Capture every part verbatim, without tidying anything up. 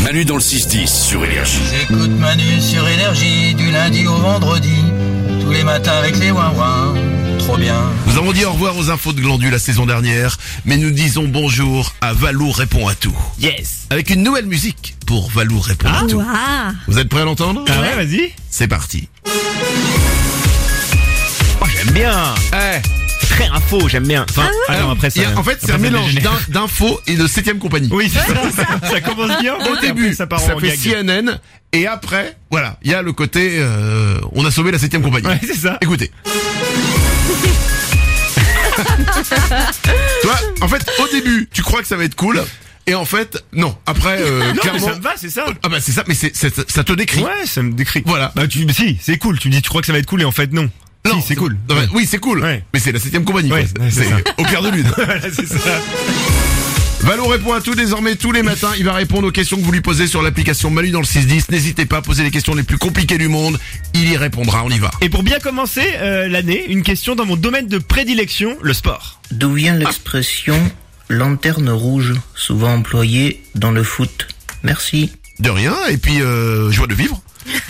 Manu dans le six dix sur Énergie. J'écoute Manu sur Énergie du lundi au vendredi, tous les matins avec les ouin-ouin. Trop bien. Nous avons dit au revoir aux infos de Glandu la saison dernière, mais nous disons bonjour à Valou répond à tout. Yes. Avec une nouvelle musique pour Valou répond Ah, à tout. Wow. Vous êtes prêts à l'entendre? Ah ouais, vas-y. C'est parti. Oh, j'aime bien. Eh, Très info, j'aime bien. Enfin, attends, après ça. il y a- en fait, c'est après, un ça mélange dégénère. d'in- d'infos et de septième compagnie. Oui, c'est ça. ça commence bien. Au début, ça, ça part en fait gag. C N N, et après, voilà, il y a le côté, euh, on a sauvé la septième compagnie. Ouais, c'est ça. Écoutez. Toi, en fait, au début, tu crois que ça va être cool, et en fait, non. Après, euh, Non, mais clairement, ça me va, c'est ça. ah bah c'est ça, mais c'est, c'est- ça te décrit. Ouais, ça me décrit. Voilà. Bah, tu, mais si, c'est cool. Tu me dis, tu crois que ça va être cool et en fait, non. Non, si, c'est cool. non, mais- oui, c'est cool. Ouais. Mais c'est la septième compagnie. Ouais, quoi. ouais, c'est c'est ça. au clair de lune. Voilà, c'est ça. Valou répond à tout désormais tous les matins. Il va répondre aux questions que vous lui posez sur l'application Manu dans le six dix. N'hésitez pas à poser les questions les plus compliquées du monde. Il y répondra. On y va. Et pour bien commencer euh, l'année, une question dans mon domaine de prédilection, le sport. D'où vient l'expression lanterne rouge, souvent employée dans le foot? Merci. De rien. Et puis, euh, joie de vivre.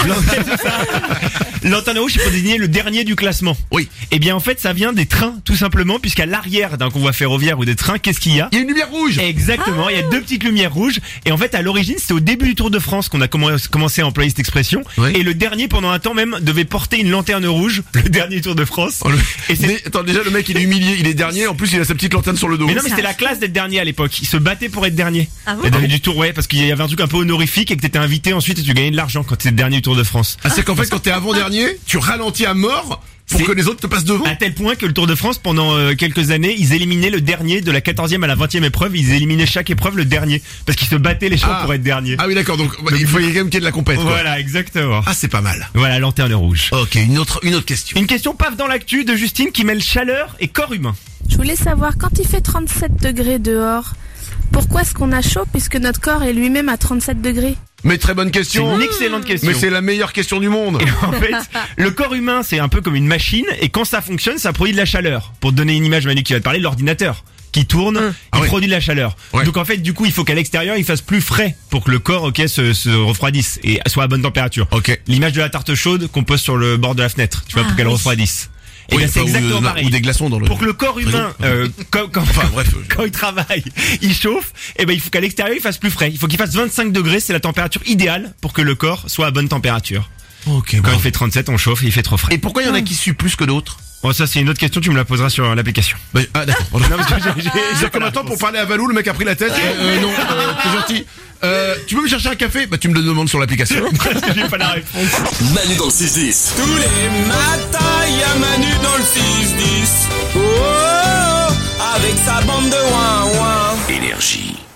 Lanterne rouge, il faut désigner le dernier du classement. Oui. Eh bien, en fait, ça vient des trains, tout simplement, puisqu'à l'arrière d'un convoi ferroviaire ou des trains, qu'est-ce qu'il y a? Il y a une lumière rouge. Exactement, il y a deux petites lumières rouges. Et en fait, à l'origine, c'était au début du Tour de France qu'on a commen- commencé à employer cette expression. Oui. Et le dernier, pendant un temps même, devait porter une lanterne rouge, le dernier Tour de France. Oh, le- Et c'est- Mais, attends, déjà, le mec, il est humilié. Il est dernier. En plus, il a sa petite lanterne sur le dos. Mais non, mais c'était la classe d'être dernier à l'époque. Ils se battaient pour être dernier. Ah bon Les derniers du Tour, ouais, parce qu'il y avait un truc un peu honorifique et que t'étais invité ensuite et tu gagnais de l'argent quand t'étais dernier du Tour de France. Ah, c'est qu'en fait, quand t'es avant-dernier, tu ralentis à mort pour C'est- que les autres te passent devant. À tel point que le Tour de France, pendant euh, quelques années, ils éliminaient le dernier de la quatorzième à la vingtième épreuve. Ils éliminaient chaque épreuve le dernier. Parce qu'ils se battaient les champs Ah. pour être dernier. Ah oui, d'accord. Donc, bah, il faut quand même qu'il y ait de la compète. quoi. Voilà, exactement. Ah, c'est pas mal. Voilà, lanterne rouge. Ok, une autre, une autre question. Une question paf dans l'actu de Justine qui mêle chaleur et corps humain. Je voulais savoir, quand il fait trente-sept degrés dehors, pourquoi est-ce qu'on a chaud puisque notre corps est lui-même à trente-sept degrés? Mais très bonne C'est question. une excellente question. Mais c'est la meilleure question du monde. Et en fait, le corps humain, c'est un peu comme une machine, et quand ça fonctionne, ça produit de la chaleur. Pour te donner une image, Manu, qui va te parler, l'ordinateur qui tourne, il Ah ouais. produit de la chaleur. Ouais. Donc en fait, du coup, il faut qu'à l'extérieur, il fasse plus frais pour que le corps, ok, se, se refroidisse et soit à bonne température. Ok. L'image de la tarte chaude qu'on pose sur le bord de la fenêtre, tu vois, pour Ah, qu'elle oui. refroidisse. Et Oui, bien c'est enfin, ou, exactement euh, pareil. ou des glaçons dans le. Pour que le corps humain, euh, quand, quand, Enfin, bref. quand il travaille, il chauffe, et ben il faut qu'à l'extérieur il fasse plus frais. Il faut qu'il fasse vingt-cinq degrés, c'est la température idéale pour que le corps soit à bonne température. Ok. Quand bravo. il fait trente-sept, on chauffe et il fait trop frais. Et pourquoi il y en a qui suent plus que d'autres? Bon, ça c'est une autre question, tu me la poseras sur l'application. Bah, ah d'accord. Non, parce que j'ai- j'ai- C'est j'ai comme pas un temps la pour parler à Valou, le mec a pris la tête. Euh, euh, non, euh, c'est gentil. Euh, tu peux me chercher un café? Bah tu me le demandes sur l'application. réponse. J'ai pas la réponse. Manu dans le six dix. Tous les matins, y a Manu dans le six dix. Oh, oh, oh, avec sa bande de ouin ouin. Énergie.